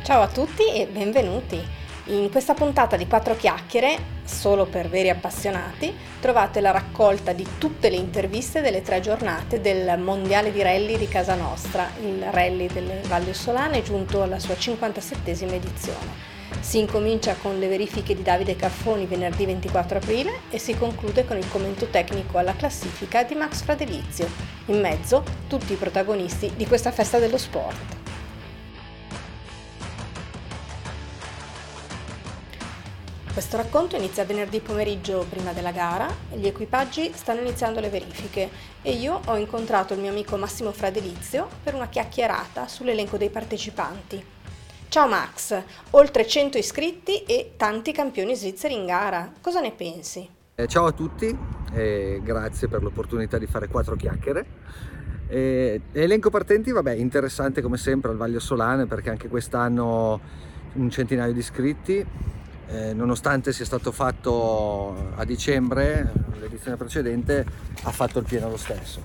Ciao a tutti e benvenuti! In questa puntata di Quattro Chiacchiere, solo per veri appassionati, trovate la raccolta di tutte le interviste delle 3 giornate del Mondiale di Rally di casa nostra. Il Rally delle Valli Ossolane è giunto alla sua 57esima edizione. Si incomincia con le verifiche di Davide Caffoni venerdì 24 aprile e si conclude con il commento tecnico alla classifica di Max Fradelizio. In mezzo, tutti i protagonisti di questa festa dello sport. Questo racconto inizia venerdì pomeriggio prima della gara, gli equipaggi stanno iniziando le verifiche e io ho incontrato il mio amico Massimo Fradelizio per una chiacchierata sull'elenco dei partecipanti. Ciao Max, oltre 100 iscritti e tanti campioni svizzeri in gara, cosa ne pensi? Ciao a tutti e grazie per l'opportunità di fare 4 chiacchiere. Elenco partenti, interessante come sempre al Valli Ossolane, perché anche quest'anno un centinaio di iscritti. Nonostante sia stato fatto a dicembre, l'edizione precedente ha fatto il pieno lo stesso.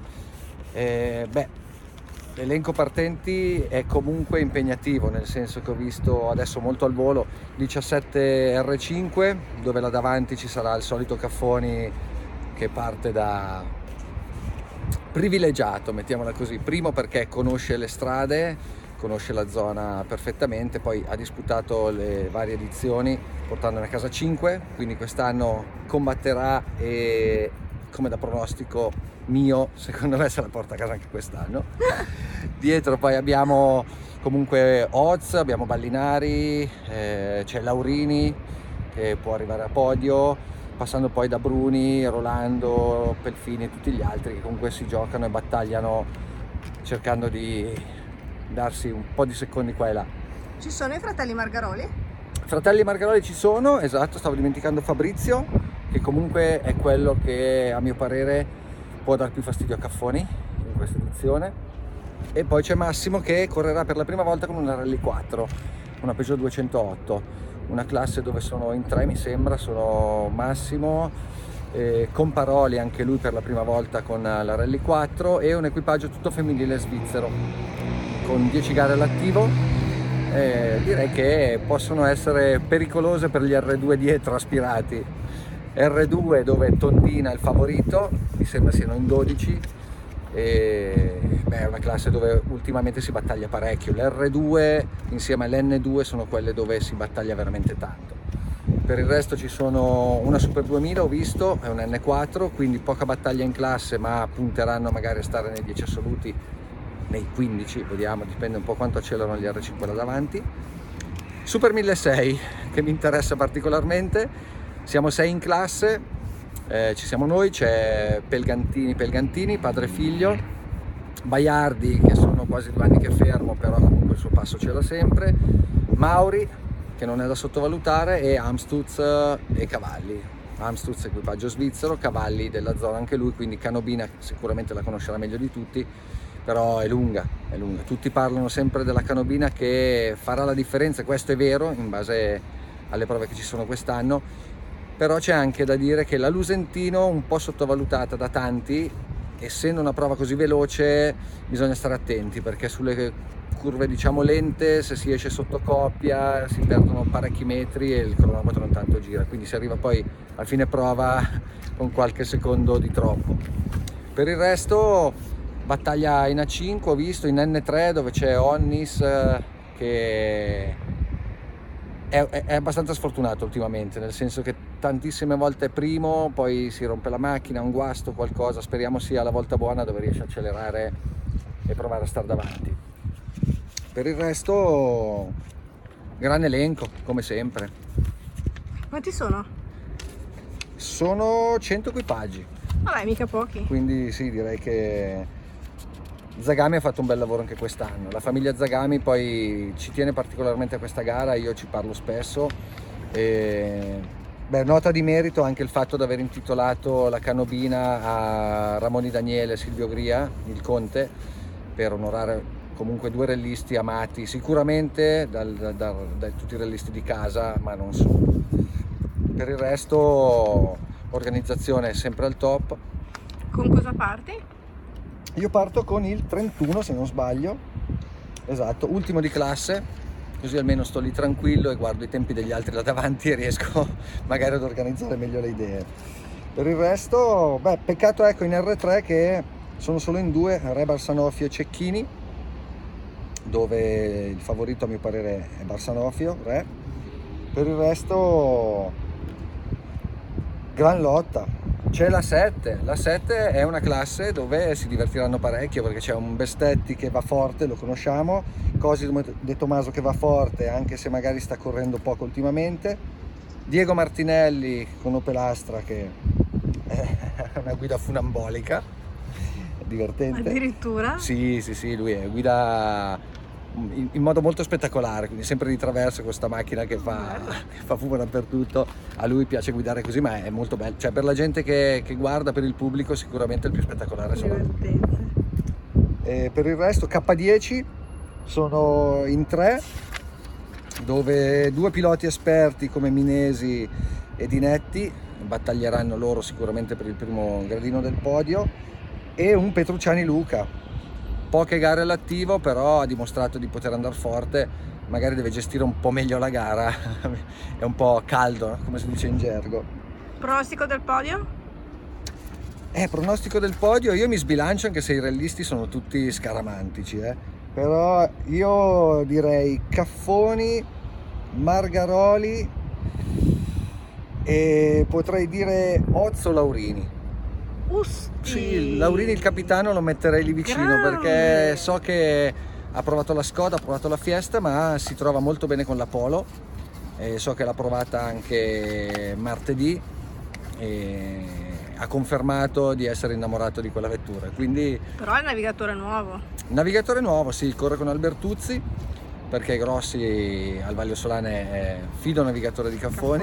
L'elenco partenti è comunque impegnativo, nel senso che ho visto adesso molto al volo 17 R5, dove là davanti ci sarà il solito Caffoni che parte da privilegiato, mettiamola così, primo perché conosce le strade, conosce la zona perfettamente, poi ha disputato le varie edizioni portandone a casa 5, quindi quest'anno combatterà e, come da pronostico mio, secondo me se la porta a casa anche quest'anno. Dietro poi abbiamo comunque Oz, abbiamo Ballinari, c'è Laurini che può arrivare a podio, passando poi da Bruni, Rolando, Pelfini e tutti gli altri che comunque si giocano e battagliano cercando di darsi un po' di secondi qua e là. Ci sono i fratelli Margaroli? Fratelli Margaroli ci sono, esatto, stavo dimenticando Fabrizio, che comunque è quello che a mio parere può dar più fastidio a Caffoni in questa edizione. E poi c'è Massimo che correrà per la prima volta con una Rally 4, una Peugeot 208, una classe dove sono in 3 mi sembra, sono Massimo, Comparoli anche lui per la prima volta con la Rally 4 e un equipaggio tutto femminile svizzero con 10 gare all'attivo. Direi che possono essere pericolose per gli R2 dietro aspirati. R2 dove Tondina è il favorito, mi sembra siano in 12, è una classe dove ultimamente si battaglia parecchio. L'R2 insieme all'N2 sono quelle dove si battaglia veramente tanto. Per il resto ci sono una Super 2000, ho visto, è un N4, quindi poca battaglia in classe, ma punteranno magari a stare nei 10 assoluti, nei 15, vediamo, dipende un po' quanto accelerano gli R5 là davanti. Super 1600 che mi interessa particolarmente, siamo 6 in classe, ci siamo noi, c'è Pelgantini, padre e figlio, Baiardi che sono quasi 2 anni che è fermo, però comunque il suo passo ce l'ha sempre, Mauri che non è da sottovalutare e Amstutz e Cavalli. Amstutz equipaggio svizzero, Cavalli della zona anche lui, quindi Canobina sicuramente la conoscerà meglio di tutti, però è lunga. Tutti parlano sempre della Canobina che farà la differenza, questo è vero in base alle prove che ci sono quest'anno, però c'è anche da dire che la Lusentino, un po' sottovalutata da tanti, essendo una prova così veloce bisogna stare attenti, perché sulle curve diciamo lente, se si esce sotto coppia si perdono parecchi metri e il cronometro non tanto gira, quindi si arriva poi a fine prova con qualche secondo di troppo. Per il resto battaglia in A5, ho visto in N3 dove c'è Onnis che è abbastanza sfortunato ultimamente, nel senso che tantissime volte è primo, poi si rompe la macchina, un guasto, qualcosa, speriamo sia la volta buona dove riesce a accelerare e provare a stare davanti. Per il resto gran elenco come sempre. Quanti sono? Sono 100 equipaggi. Vabbè, mica pochi. Quindi sì, direi che Zagami ha fatto un bel lavoro anche quest'anno. La famiglia Zagami poi ci tiene particolarmente a questa gara, io ci parlo spesso. Nota di merito anche il fatto di aver intitolato la Canobina a Ramoni Daniele e Silvio Gria, il Conte, per onorare comunque 2 rallisti amati sicuramente da tutti i rallisti di casa, ma non solo. Per il resto organizzazione sempre al top. Con cosa parti? Io parto con il 31 se non sbaglio, esatto, ultimo di classe, così almeno sto lì tranquillo e guardo i tempi degli altri là davanti e riesco magari ad organizzare meglio le idee. Per il resto, peccato ecco in R3 che sono solo in 2, Re, Barsanofio e Cecchini, dove il favorito a mio parere è Barsanofio, Re. Per il resto gran lotta. C'è la 7 è una classe dove si divertiranno parecchio, perché c'è un Bestetti che va forte, lo conosciamo, Cosimo De Tomaso che va forte anche se magari sta correndo poco ultimamente, Diego Martinelli con Opel Astra che è una guida funambolica, divertente. Addirittura? Sì, lui è guida in modo molto spettacolare, quindi sempre di traverso questa macchina che fa fumo dappertutto. A lui piace guidare così, ma è molto bello, cioè per la gente che guarda, per il pubblico sicuramente il più spettacolare sono. E per il resto K10 sono in 3, dove 2 piloti esperti come Minesi e Dinetti battaglieranno loro sicuramente per il primo gradino del podio, e un Petrucciani Luca, poche gare all'attivo però ha dimostrato di poter andare forte, magari deve gestire un po' meglio la gara, è un po' caldo, come si dice in gergo. Pronostico del podio? Pronostico del podio, io mi sbilancio anche se i rallisti sono tutti scaramantici, però io direi Caffoni, Margaroli e potrei dire Ozzo Laurini. Sì, Laurini il capitano lo metterei lì vicino, perché so che ha provato la Skoda, ha provato la Fiesta, ma si trova molto bene con la Polo, e so che l'ha provata anche martedì e ha confermato di essere innamorato di quella vettura, quindi. Però è il navigatore nuovo, sì, corre con Albertuzzi, perché Grossi al Valle Solane è fido navigatore di Caffoni.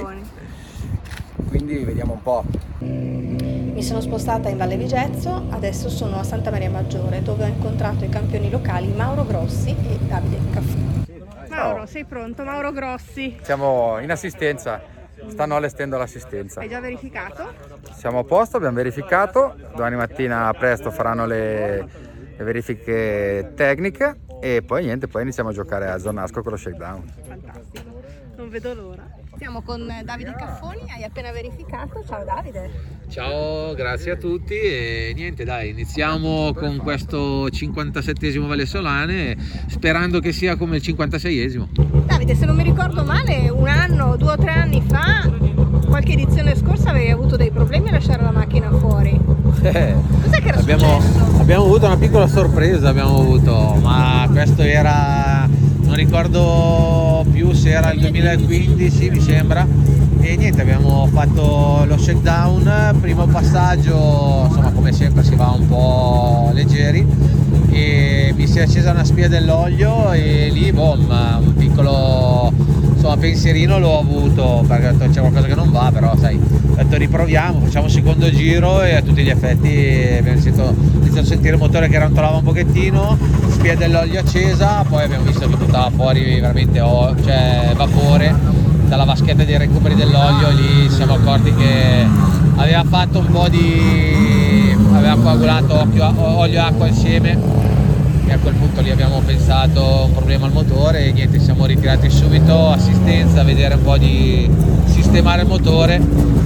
Quindi vediamo un po'. Mi sono spostata in Valle Vigezzo, adesso sono a Santa Maria Maggiore, dove ho incontrato i campioni locali Mauro Grossi e Davide Caffoni. Mauro, sei pronto? Mauro Grossi. Siamo in assistenza, stanno allestendo l'assistenza. Hai già verificato? Siamo a posto, abbiamo verificato, domani mattina presto faranno le verifiche tecniche e poi niente, poi iniziamo a giocare a Zonasco con lo shakedown. Fantastico, non vedo l'ora. Siamo con Davide Caffoni, hai appena verificato. Ciao Davide. Ciao, grazie a tutti e niente, dai, iniziamo con questo 57esimo Valle Solane sperando che sia come il 56esimo. Davide, se non mi ricordo male, 1 anno, 2 o 3 anni fa, qualche edizione scorsa avevi avuto dei problemi a lasciare la macchina fuori. Cos'è che era successo? Abbiamo avuto una piccola sorpresa, ma questo era, non ricordo più se era il 2015 mi sembra, e niente, abbiamo fatto lo shakedown, primo passaggio, insomma come sempre si va un po' leggeri e mi si è accesa una spia dell'olio e lì un piccolo pensierino l'ho avuto, perché ho detto c'è qualcosa che non va, però sai, ho detto riproviamo, facciamo un secondo giro e a tutti gli effetti abbiamo iniziato a sentire il motore che rantolava un pochettino, spia dell'olio accesa, poi abbiamo visto che buttava fuori veramente vapore dalla vaschetta dei recuperi dell'olio, lì siamo accorti che aveva fatto un po' aveva coagulato olio e acqua insieme e a quel punto lì abbiamo pensato un problema al motore e niente, siamo ritirati subito, assistenza, a vedere un po' di sistemare il motore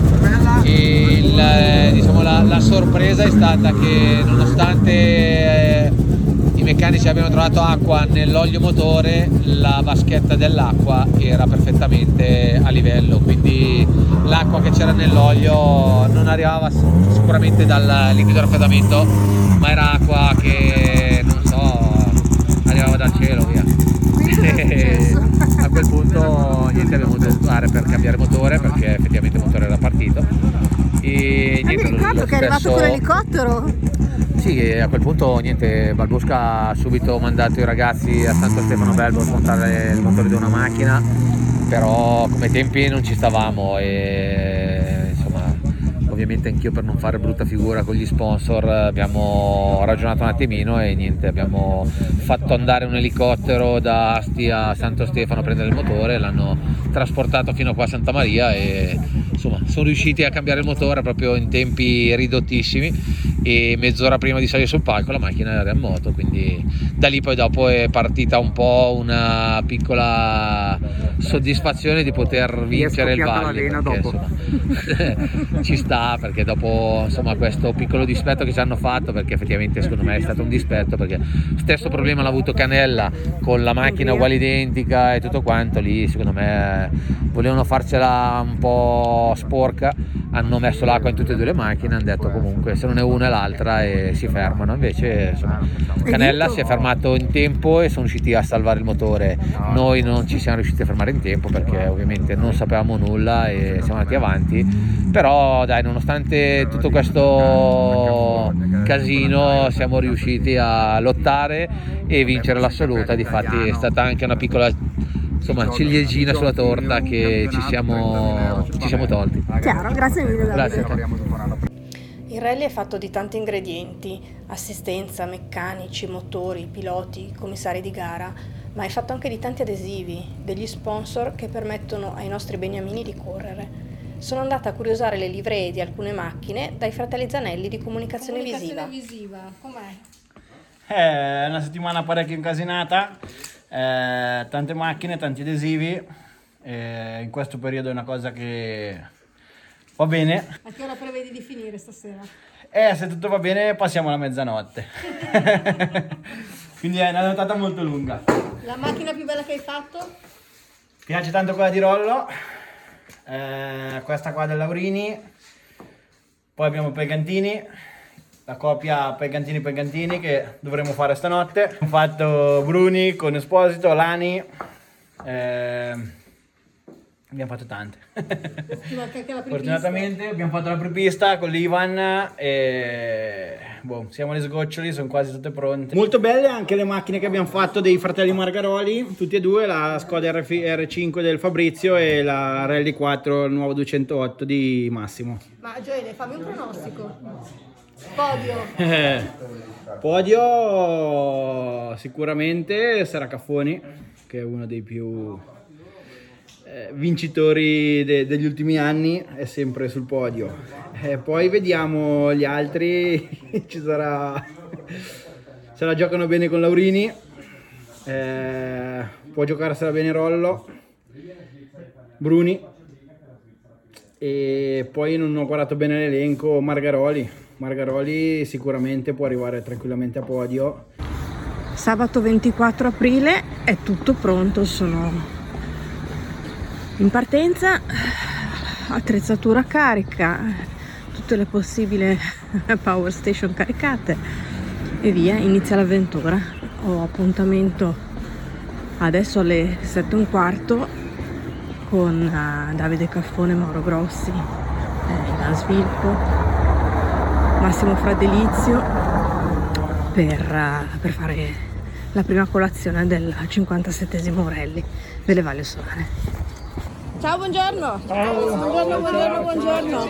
e la sorpresa è stata che nonostante i meccanici abbiano trovato acqua nell'olio motore, la vaschetta dell'acqua era perfettamente a livello, quindi l'acqua che c'era nell'olio non arrivava sicuramente dal liquido raffreddamento, ma era acqua che non so, arrivava dal cielo via. E a quel punto niente, abbiamo dovuto fare per cambiare motore perché effettivamente il motore era partito e niente, mi ricordo che è arrivato con l'elicottero. Sì, a quel punto niente, Balbusca ha subito mandato i ragazzi a Santo Stefano Belbo a smontare il motore di una macchina, però come tempi non ci stavamo e insomma ovviamente anch'io per non fare brutta figura con gli sponsor abbiamo ragionato un attimino e niente, abbiamo fatto andare un elicottero da Asti a Santo Stefano a prendere il motore, l'hanno trasportato fino qua a Santa Maria e insomma sono riusciti a cambiare il motore proprio in tempi ridottissimi e mezz'ora prima di salire sul palco la macchina era in moto, quindi da lì poi dopo è partita un po' una piccola soddisfazione di poter vincere il Valli, perché, insomma, ci sta, perché dopo insomma questo piccolo dispetto che ci hanno fatto, perché effettivamente secondo me è stato un dispetto, perché stesso problema l'ha avuto Canella con la macchina uguale identica e tutto quanto, lì secondo me volevano farcela un po' sporca, hanno messo l'acqua in tutte e due le macchine, hanno detto comunque se non è una è l'altra e si fermano, invece insomma Canella si è fermato in tempo e sono riusciti a salvare il motore, noi non ci siamo riusciti a fermare in tempo perché ovviamente non sapevamo nulla e siamo andati avanti, però dai, nonostante tutto questo casino siamo riusciti a lottare e vincere l'assoluta, difatti è stata anche una piccola insomma ciliegina sulla torta che ci siamo tolti. Chiaro, grazie mille Davide. Grazie. Il rally è fatto di tanti ingredienti, assistenza, meccanici, motori, piloti, commissari di gara, ma è fatto anche di tanti adesivi, degli sponsor che permettono ai nostri beniamini di correre. Sono andata a curiosare le livree di alcune macchine dai fratelli Zanelli di Comunicazione Visiva. Com'è? È una settimana parecchio incasinata, tante macchine, tanti adesivi, in questo periodo è una cosa che va bene. A che ora prevedi di finire stasera? Se tutto va bene passiamo alla mezzanotte. Quindi è una nottata molto lunga. La macchina più bella che hai fatto? Mi piace tanto quella di Rollo, questa qua del Laurini, poi abbiamo Pegantini, la coppia Pegantini che dovremo fare stanotte. Abbiamo fatto Bruni con Esposito, Lani, abbiamo fatto tante. Fortunatamente abbiamo fatto la prepista con l'Ivan e siamo agli sgoccioli, sono quasi tutte pronte. Molto belle anche le macchine che abbiamo fatto dei fratelli Margaroli, tutti e due, la Skoda R5 del Fabrizio e la Rally 4 il nuovo 208 di Massimo. Ma Gioele, fammi un pronostico. Podio. Podio sicuramente sarà Caffoni, che è uno dei più vincitori degli ultimi anni, è sempre sul podio. Poi vediamo gli altri. Ci sarà, se la giocano bene con Laurini, può giocarsela bene Rollo, Bruni, e poi non ho guardato bene l'elenco. Margaroli sicuramente può arrivare tranquillamente a podio. Sabato 24 aprile è tutto pronto, sono in partenza, attrezzatura carica, tutte le possibili power station caricate e via, inizia l'avventura. Ho appuntamento adesso alle 7:15 con Davide Caffone, Mauro Grossi, Ivan Svilpo, Massimo Fradelizio per fare la prima colazione del 57esimo rally delle Valli Solane. Ciao, buongiorno. Ciao. Buongiorno.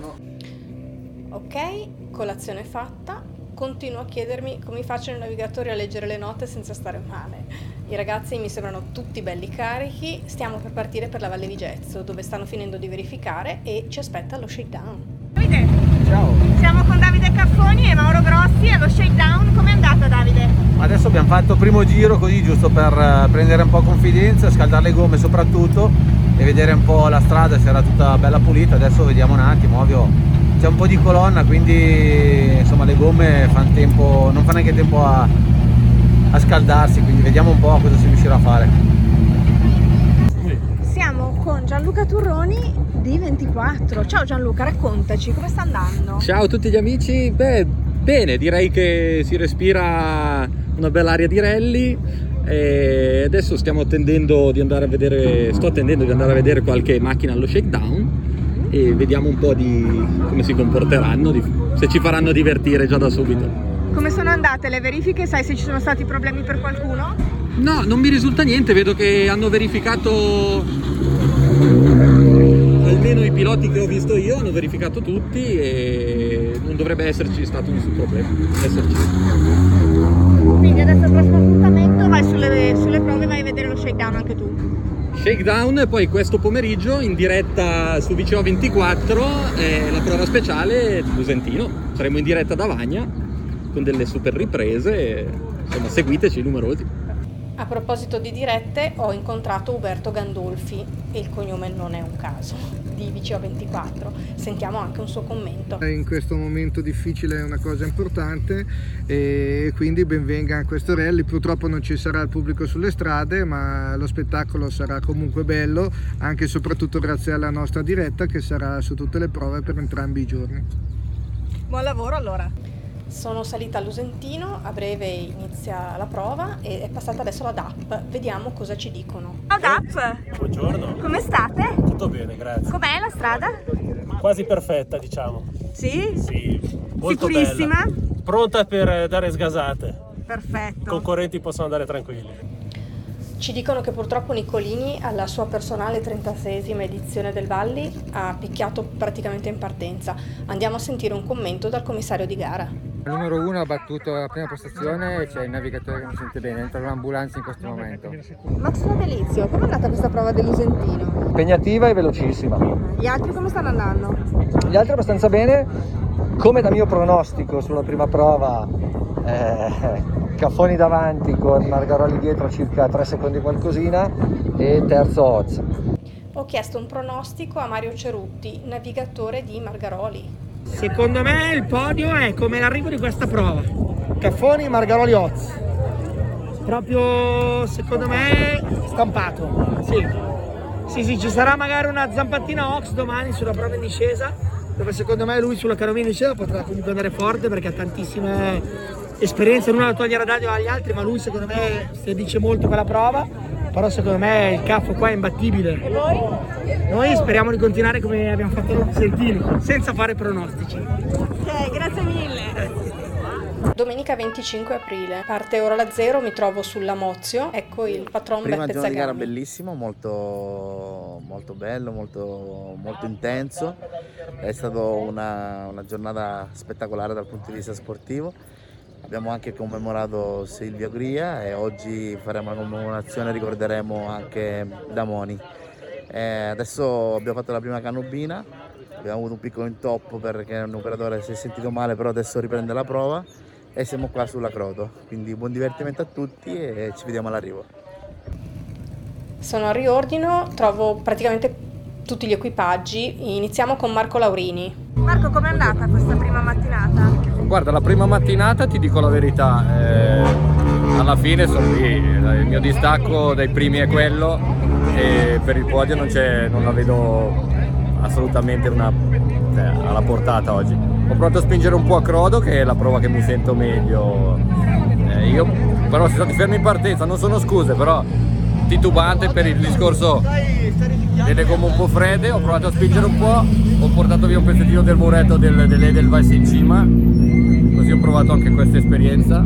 Ok, colazione fatta. Continuo a chiedermi come facciano i navigatori a leggere le note senza stare male. I ragazzi mi sembrano tutti belli carichi. Stiamo per partire per la Valle di Gezzo, dove stanno finendo di verificare e ci aspetta lo shakedown. Davide. Ciao. Siamo con Davide Caffoni e Mauro Grossi allo shakedown. Com'è andata, Davide? Adesso abbiamo fatto il primo giro così, giusto per prendere un po' confidenza, scaldare le gomme soprattutto e vedere un po' la strada se era tutta bella pulita. Adesso vediamo un attimo, ovvio c'è un po' di colonna, quindi insomma le gomme fanno tempo, non fa neanche tempo a scaldarsi, quindi vediamo un po' cosa si riuscirà a fare. Siamo con Gianluca Turroni di 24. Ciao Gianluca, raccontaci come sta andando. Ciao a tutti gli amici. Bene, direi che si respira una bella aria di rally e adesso sto attendendo di andare a vedere qualche macchina allo shakedown e vediamo un po' di come si comporteranno, se ci faranno divertire già da subito. Come sono andate le verifiche? Sai se ci sono stati problemi per qualcuno? No, non mi risulta niente, vedo che hanno verificato, almeno i piloti che ho visto io hanno verificato tutti e non dovrebbe esserci stato nessun problema. Quindi adesso al prossimo appuntamento vai sulle prove, vai a vedere lo shakedown anche tu. Shakedown, e poi questo pomeriggio in diretta su VCO 24 la prova speciale di Lusentino. Saremo in diretta da Vagna con delle super riprese e, insomma, seguiteci numerosi. A proposito di dirette, ho incontrato Uberto Gandolfi, e il cognome non è un caso, di VCO 24. Sentiamo anche un suo commento. In questo momento difficile è una cosa importante e quindi benvenga a questo rally. Purtroppo non ci sarà il pubblico sulle strade, ma lo spettacolo sarà comunque bello, anche e soprattutto grazie alla nostra diretta che sarà su tutte le prove per entrambi i giorni. Buon lavoro allora! Sono salita a Lusentino, a breve inizia la prova e è passata adesso la DAP. Vediamo cosa ci dicono. Ciao DAP! Buongiorno. Come state? Tutto bene, grazie. Com'è la strada? Quasi perfetta, diciamo. Sì? Sì, molto Sicurissima? bella. Pronta per dare sgasate. Perfetto. I concorrenti possono andare tranquilli. Ci dicono che purtroppo Nicolini, alla sua personale 36esima edizione del Valli, ha picchiato praticamente in partenza. Andiamo a sentire un commento dal commissario di gara. Il numero 1 ha battuto la prima postazione e c'è il navigatore che mi sente bene, entra l'ambulanza in questo momento. Max Delizio, com'è andata questa prova del Lusentino? Impegnativa e velocissima. Gli altri come stanno andando? Gli altri abbastanza bene, come da mio pronostico sulla prima prova, Caffoni davanti con Margaroli dietro circa 3 secondi qualcosina e terzo Oz. Ho chiesto un pronostico a Mario Cerutti, navigatore di Margaroli. Secondo me il podio è come l'arrivo di questa prova. Caffoni, Margaroli, Oz. Proprio secondo me stampato. Sì, ci sarà magari una zampattina Ox domani sulla prova in discesa, dove secondo me lui sulla carovina in discesa potrà comunque andare forte perché ha tantissime esperienze, nulla da togliere agli altri, ma lui secondo me si dice molto quella prova, però secondo me il caffo qua è imbattibile. E voi? Noi speriamo di continuare come abbiamo fatto noi Lusentino, senza fare pronostici. Ok, grazie mille. Domenica 25 aprile, parte ora la 0, mi trovo sulla Mozio, ecco il patron Prima Beppe giorno di gara Zagami. bellissimo, molto bello, molto intenso, è stata una giornata spettacolare dal punto di vista sportivo. Abbiamo anche commemorato Silvio Gria e oggi faremo una commemorazione, ricorderemo anche Damoni. Adesso abbiamo fatto la prima canobina, abbiamo avuto un piccolo intoppo perché un operatore si è sentito male, però adesso riprende la prova e siamo qua sulla Croto, quindi buon divertimento a tutti e ci vediamo all'arrivo. Sono a riordino, trovo praticamente tutti gli equipaggi, iniziamo con Marco Laurini. Marco, com'è andata questa prima mattinata? Guarda, la prima mattinata ti dico la verità, alla fine sono lì, il mio distacco dai primi è quello e per il podio non la vedo assolutamente alla portata oggi. Ho provato a spingere un po' a Crodo, che è la prova che mi sento meglio, io però sono stati fermi in partenza, non sono scuse, però titubante per il discorso delle gomme un po' fredde, ho provato a spingere un po', ho portato via un pezzettino del muretto dell'Edelweiss in cima, così ho provato anche questa esperienza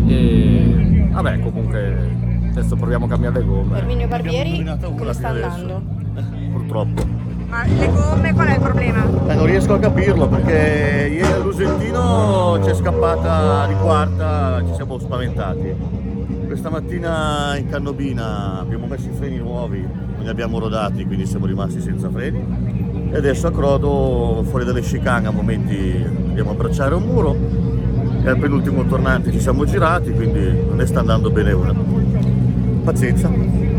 e vabbè, comunque adesso proviamo a cambiare le gomme. Erminio Barbieri, come sta andando? Purtroppo. Ma le gomme qual è il problema? Non riesco a capirlo perché ieri a Lusentino c'è scappata di quarta, ci siamo spaventati. Questa mattina in Cannobina abbiamo messo i freni nuovi, non li abbiamo rodati, quindi siamo rimasti senza freni. E adesso a Crodo, fuori dalle chicane, a momenti dobbiamo abbracciare un muro. E al penultimo tornante ci siamo girati, quindi non sta andando bene ora. Pazienza.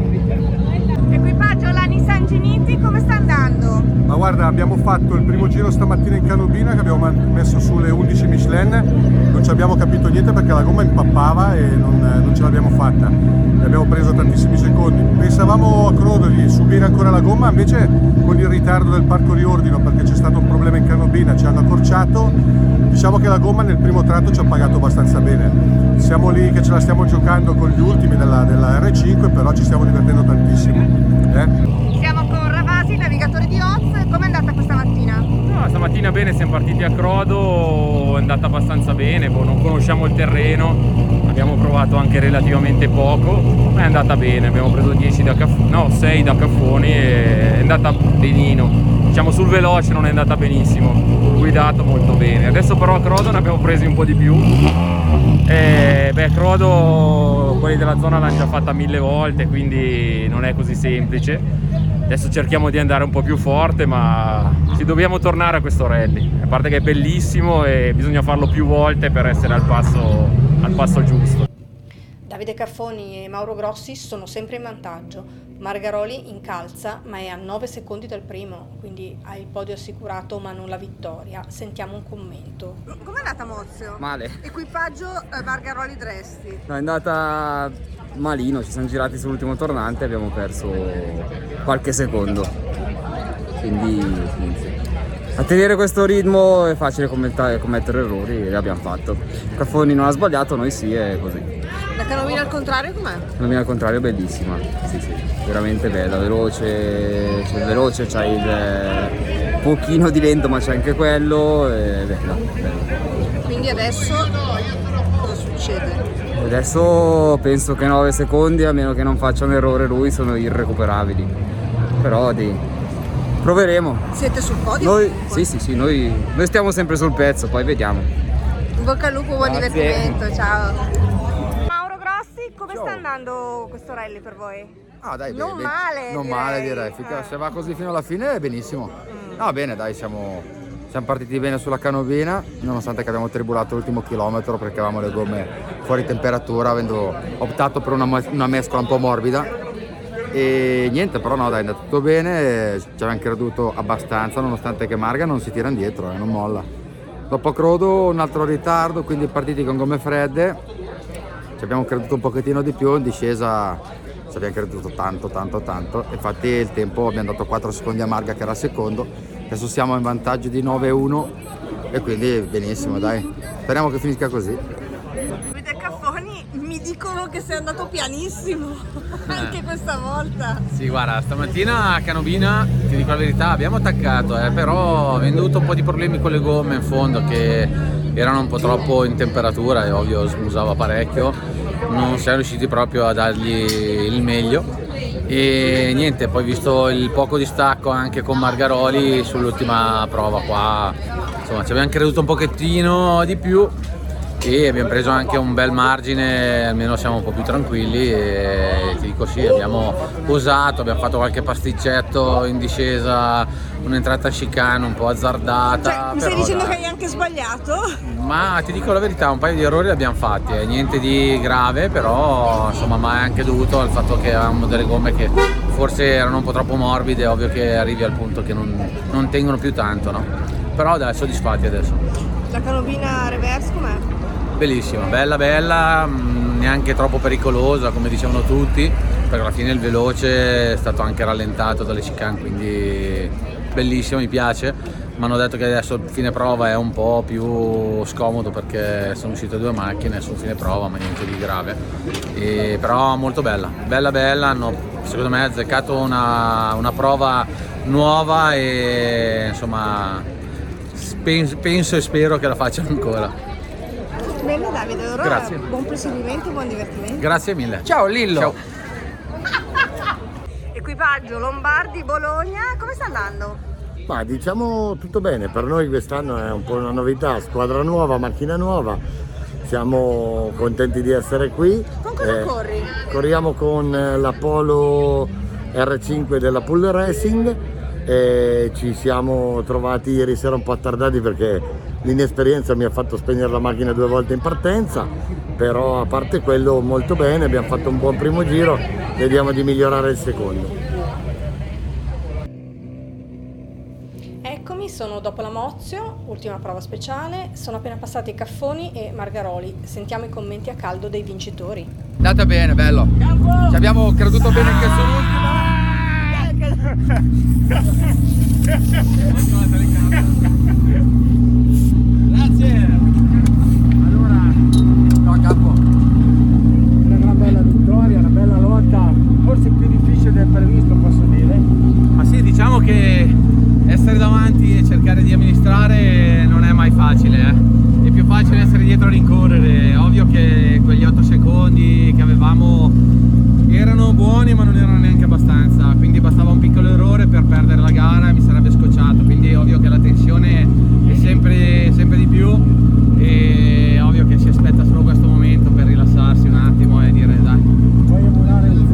Equipaggio, la Nissan Geniti, come sta andando? Ma guarda, abbiamo fatto il primo giro stamattina in Canobina che abbiamo messo sulle 11 Michelin, non ci abbiamo capito niente perché la gomma impappava e non ce l'abbiamo fatta, ne abbiamo preso tantissimi secondi. Pensavamo a Crodo di subire ancora la gomma, invece con il ritardo del parco riordino perché c'è stato un problema in Canobina ci hanno accorciato, diciamo che la gomma nel primo tratto ci ha pagato abbastanza bene. Siamo lì che ce la stiamo giocando con gli ultimi della R5, però ci stiamo divertendo tantissimo. Siamo con Ravasi, navigatore di Oz, com'è andata questa mattina? No, stamattina bene, siamo partiti a Crodo, è andata abbastanza bene, non conosciamo il terreno, abbiamo provato anche relativamente poco, ma è andata bene, abbiamo preso 6 da Caffoni e è andata benino. diciamo sul veloce non è andata benissimo, guidato molto bene. Adesso però a Crodo ne abbiamo presi un po' di più. Crodo quelli della zona l'hanno già fatta 1000 volte, quindi non è così semplice. Adesso cerchiamo di andare un po' più forte, ma ci dobbiamo tornare a questo rally, a parte che è bellissimo e bisogna farlo più volte per essere al passo giusto. Davide Caffoni e Mauro Grossi sono sempre in vantaggio. Margaroli incalza, ma è a 9 secondi dal primo, quindi ha il podio assicurato ma non la vittoria. Sentiamo un commento. Com'è andata Mozio? Male. Equipaggio Margaroli Dresti. No, è andata malino, ci siamo girati sull'ultimo tornante e abbiamo perso qualche secondo. Quindi a tenere questo ritmo è facile commettere errori e l'abbiamo fatto. Caffoni non ha sbagliato, noi sì, è così. La canovina al contrario com'è? La canovina al contrario è bellissima, sì, veramente bella, veloce, c'hai il pochino di vento ma c'è anche quello, è bella. Quindi adesso cosa succede? Adesso penso che 9 secondi, a meno che non faccia un errore lui, sono irrecuperabili, però proveremo. Siete sul podio? Noi, sì, noi stiamo sempre sul pezzo, poi vediamo. In bocca al lupo, buon Grazie. divertimento, ciao. Mauro Grossi, come sta andando questo rally per voi? Ah dai, non bene, male, non male direi, se va così fino alla fine è benissimo. No bene dai, siamo partiti bene sulla canovina, nonostante che abbiamo tribulato l'ultimo chilometro perché avevamo le gomme fuori temperatura, avendo optato per una mescola un po' morbida. E niente, però no dai, è andato tutto bene, ci avevamo creduto abbastanza, nonostante che Marga non si tira indietro, non molla. Dopo Crodo un altro ritardo, quindi partiti con gomme fredde, ci abbiamo creduto un pochettino di più, in discesa ci abbiamo creduto tanto, infatti il tempo abbiamo dato 4 secondi a Marga che era secondo, adesso siamo in vantaggio di 9-1 e quindi benissimo dai, speriamo che finisca così. Davide Caffoni, mi dicono che sei andato pianissimo anche questa volta. Sì, guarda, stamattina a Canobina, ti dico la verità, abbiamo attaccato, però avendo avuto un po' di problemi con le gomme in fondo che erano un po' troppo in temperatura e ovvio smusava parecchio, non siamo riusciti proprio a dargli il meglio e niente, poi visto il poco distacco anche con Margaroli sull'ultima prova qua, insomma ci abbiamo creduto un pochettino di più e abbiamo preso anche un bel margine, almeno siamo un po' più tranquilli e ti dico sì, abbiamo osato, abbiamo fatto qualche pasticcetto in discesa, un'entrata chicane un po' azzardata. Cioè, mi stai dicendo che hai anche sbagliato? Ma ti dico la verità, un paio di errori li abbiamo fatti, niente di grave, però insomma ma è anche dovuto al fatto che avevamo delle gomme che forse erano un po' troppo morbide, è ovvio che arrivi al punto che non tengono più tanto, no? Però dai, soddisfatti adesso. La canovina reverse com'è? Bellissima, bella, neanche troppo pericolosa come dicevano tutti, perché alla fine il veloce è stato anche rallentato dalle chicane, quindi bellissimo, mi piace. Mi hanno detto che adesso il fine prova è un po' più scomodo perché sono uscite 2 macchine sul fine prova, ma niente di grave. Però molto bella, hanno secondo me azzeccato una prova nuova e insomma penso e spero che la facciano ancora. Bene Davide, allora Grazie. Buon proseguimento, buon divertimento. Grazie mille. Ciao Lillo. Ciao. Equipaggio Lombardi Bologna, come sta andando? Ma diciamo tutto bene, per noi quest'anno è un po' una novità, squadra nuova, macchina nuova, siamo contenti di essere qui. Con cosa corri? Corriamo con la Polo R5 della Pool Racing e ci siamo trovati ieri sera un po' attardati perché l'inesperienza mi ha fatto spegnere la macchina 2 volte in partenza, però a parte quello molto bene, abbiamo fatto un buon primo giro, vediamo di migliorare il secondo. Eccomi, sono dopo la Mozio, ultima prova speciale, sono appena passati Caffoni e Margaroli. Sentiamo i commenti a caldo dei vincitori. Andata bene, bello. Ci abbiamo creduto bene anche sull'ultima. Grazie. Allora, no capo. Una bella vittoria, una bella lotta, forse più difficile del previsto, posso dire. Ma sì, diciamo che essere davanti e cercare di amministrare non è mai facile, È più facile essere dietro a rincorrere. Ovvio che quegli 8 secondi che avevamo erano buoni ma non erano neanche abbastanza, quindi bastava un piccolo errore per perdere la gara e mi sarebbe scocciato, quindi è ovvio che la tensione è sempre di più e è ovvio che si aspetta solo questo momento per rilassarsi un attimo e dire dai. Vuoi emulare il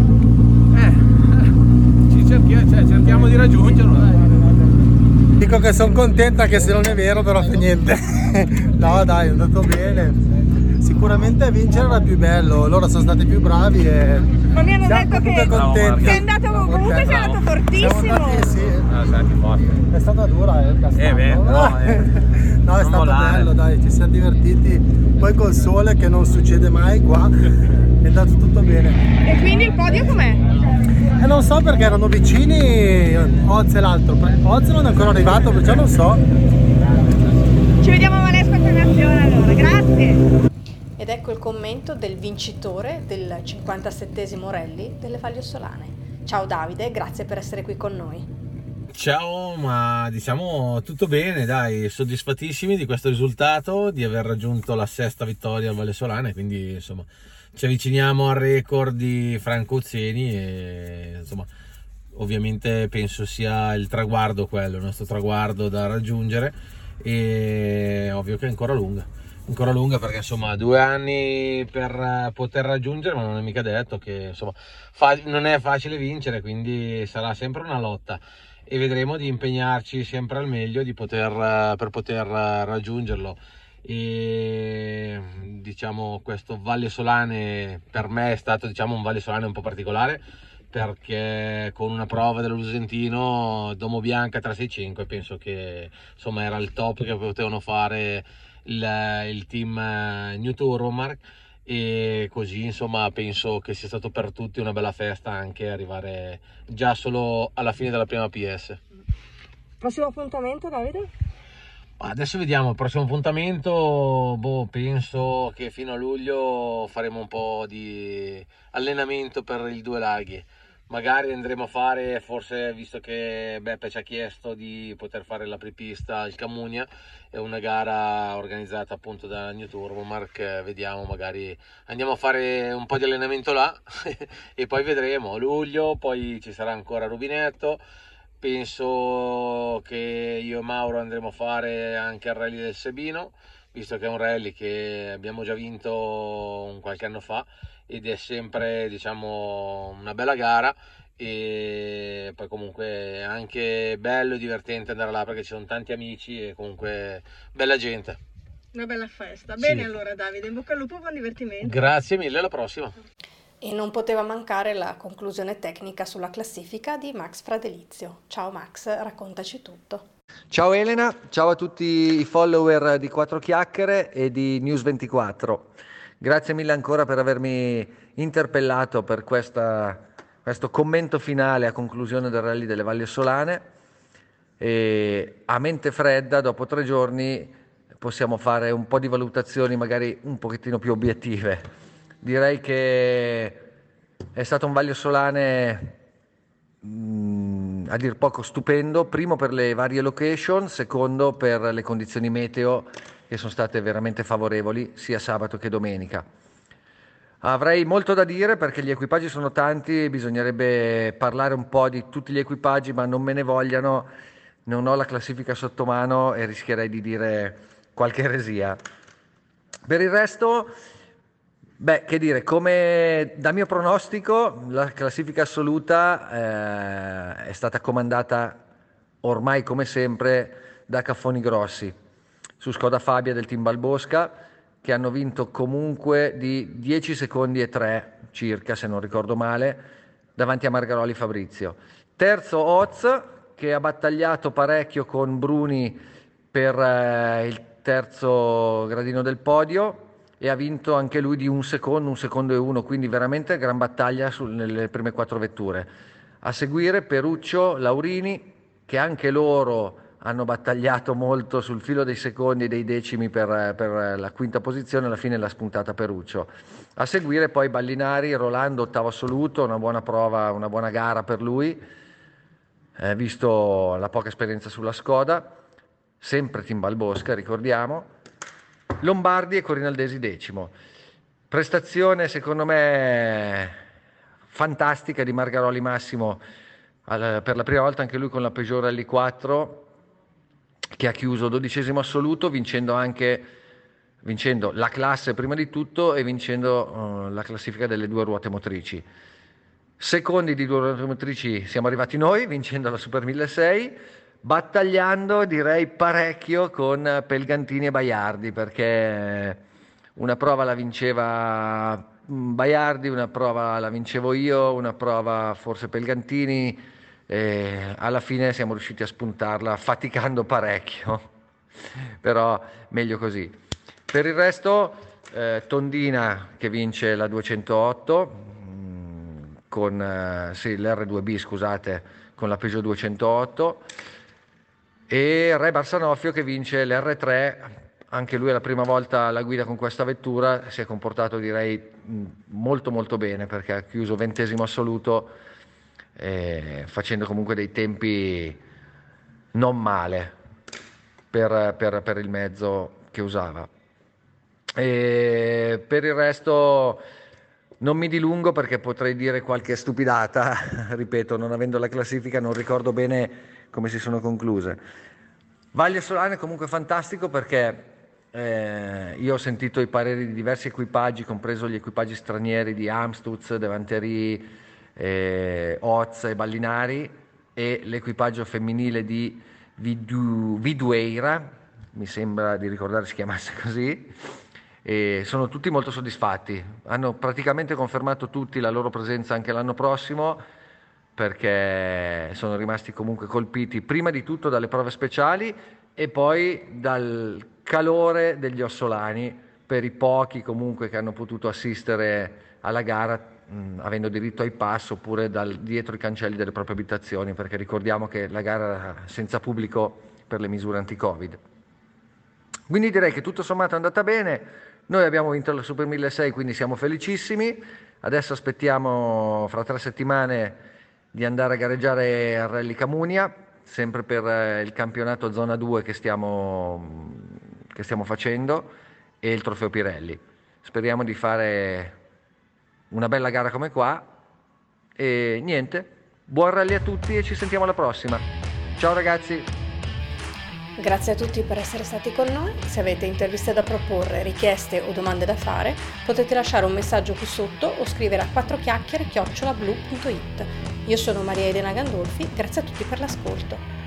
Zemi? Cerchiamo di raggiungerlo, dai. Dico che sono contento anche se non è vero, però fa niente. No dai, è andato bene. Sicuramente vincere era più bello, loro sono stati più bravi e Ma mi hanno detto che contenti. sei andato comunque, sei andato fortissimo. Senti, forte. È stata dura il Castano. Beh, no, è stato mollare. bello, dai, ci siamo divertiti. Poi col sole che non succede mai qua, è andato tutto bene. E quindi il podio com'è? E non so perché erano vicini Oz e l'altro. Oz non è ancora arrivato, perciò non so. Ci vediamo a Valesco Internazione allora, grazie. Ed ecco il commento del vincitore del 57esimo rally delle Valli Ossolane. Ciao Davide, grazie per essere qui con noi. Ciao, ma diciamo tutto bene, dai, soddisfattissimi di questo risultato, di aver raggiunto la 6ª vittoria al Valle Solane, quindi insomma ci avviciniamo al record di Franco Uzzeni e insomma ovviamente penso sia il traguardo quello, il nostro traguardo da raggiungere e ovvio che è ancora lunga perché insomma 2 anni per poter raggiungere, ma non è mica detto che insomma non è facile vincere, quindi sarà sempre una lotta e vedremo di impegnarci sempre al meglio per poter raggiungerlo. E diciamo questo Valle Solane per me è stato un Valle Solane un po' particolare, perché con una prova dello Lusentino Domo Bianca 365 penso che insomma era il top che potevano fare il team New Turbomark e così insomma penso che sia stato per tutti una bella festa anche arrivare già solo alla fine della prima PS. Prossimo appuntamento, Davide? Adesso vediamo il prossimo appuntamento, penso che fino a luglio faremo un po' di allenamento per il Due Laghi. Magari andremo a fare, forse visto che Beppe ci ha chiesto di poter fare la prepista al Camunia, è una gara organizzata appunto da New Turbomark, vediamo, magari andiamo a fare un po' di allenamento là e poi vedremo, luglio, poi ci sarà ancora Rubinetto, penso che io e Mauro andremo a fare anche il rally del Sebino, visto che è un rally che abbiamo già vinto qualche anno fa ed è sempre diciamo una bella gara e poi comunque è anche bello e divertente andare là perché ci sono tanti amici e comunque bella gente. Una bella festa. Bene, Sì. allora Davide, in bocca al lupo, buon divertimento. Grazie mille, alla prossima. E non poteva mancare la conclusione tecnica sulla classifica di Max Fradelizio. Ciao Max, raccontaci tutto. Ciao Elena, ciao a tutti i follower di Quattro Chiacchiere e di News24. Grazie mille ancora per avermi interpellato per questo commento finale a conclusione del rally delle Valli Ossolane. E a mente fredda, dopo 3 giorni, possiamo fare un po' di valutazioni magari un pochettino più obiettive. Direi che è stato un Valle Ossolane a dir poco stupendo, primo per le varie location, secondo per le condizioni meteo che sono state veramente favorevoli sia sabato che domenica. Avrei molto da dire perché gli equipaggi sono tanti, bisognerebbe parlare un po' di tutti gli equipaggi, ma non me ne vogliano, non ho la classifica sotto mano e rischierei di dire qualche eresia. Per il resto, che dire, come da mio pronostico la classifica assoluta è stata comandata ormai come sempre da Caffoni Grossi su Skoda Fabia del team Balbosca, che hanno vinto comunque di 10 secondi e 3 circa, se non ricordo male, davanti a Margaroli Fabrizio. Terzo Oz, che ha battagliato parecchio con Bruni per il terzo gradino del podio e ha vinto anche lui di 1 secondo e 1, quindi veramente gran battaglia nelle prime 4 vetture. A seguire Peruccio, Laurini, che anche loro hanno battagliato molto sul filo dei secondi e dei decimi per la quinta posizione, alla fine l'ha spuntata Peruccio. A seguire poi Ballinari, Rolando, ottavo assoluto, una buona prova, una buona gara per lui, visto la poca esperienza sulla Skoda, sempre team Balbosca, ricordiamo. Lombardi e Corinaldesi decimo. Prestazione secondo me fantastica di Margaroli Massimo, per la prima volta anche lui con la Peugeot Rally 4, che ha chiuso 12° assoluto, vincendo la classe prima di tutto e vincendo la classifica delle 2 ruote motrici. Secondi di 2 ruote motrici siamo arrivati noi, vincendo la Super 1600, battagliando direi parecchio con Pelgantini e Baiardi, perché una prova la vinceva Baiardi, una prova la vincevo io, una prova forse Pelgantini, e alla fine siamo riusciti a spuntarla faticando parecchio, però meglio così. Per il resto Tondina che vince la 208 con l'R2B, scusate, con la Peugeot 208, e Re Barsanoffio che vince l'R3, anche lui è la prima volta alla guida con questa vettura, si è comportato direi molto molto bene, perché ha chiuso 20° assoluto, facendo comunque dei tempi non male per il mezzo che usava. E per il resto non mi dilungo perché potrei dire qualche stupidata, ripeto, non avendo la classifica non ricordo bene come si sono concluse. Valle Solane comunque fantastico, perché io ho sentito i pareri di diversi equipaggi, compreso gli equipaggi stranieri di Amstutz, Devanteri, Oz e Ballinari, e l'equipaggio femminile di Vidueira, mi sembra di ricordare si chiamasse così, e sono tutti molto soddisfatti. Hanno praticamente confermato tutti la loro presenza anche l'anno prossimo, perché sono rimasti comunque colpiti prima di tutto dalle prove speciali e poi dal calore degli ossolani, per i pochi comunque che hanno potuto assistere alla gara avendo diritto ai pass oppure dietro i cancelli delle proprie abitazioni, perché ricordiamo che la gara era senza pubblico per le misure anti-Covid. Quindi direi che tutto sommato è andata bene. Noi abbiamo vinto la Super 1600, quindi siamo felicissimi. Adesso aspettiamo fra 3 settimane di andare a gareggiare a Rally Camunia, sempre per il campionato Zona 2 che stiamo facendo, e il Trofeo Pirelli. Speriamo di fare una bella gara come qua e niente, buon rally a tutti e ci sentiamo alla prossima. Ciao ragazzi! Grazie a tutti per essere stati con noi. Se avete interviste da proporre, richieste o domande da fare, potete lasciare un messaggio qui sotto o scrivere a 4chiacchiere@blu.it. Io sono Maria Elena Gandolfi, grazie a tutti per l'ascolto.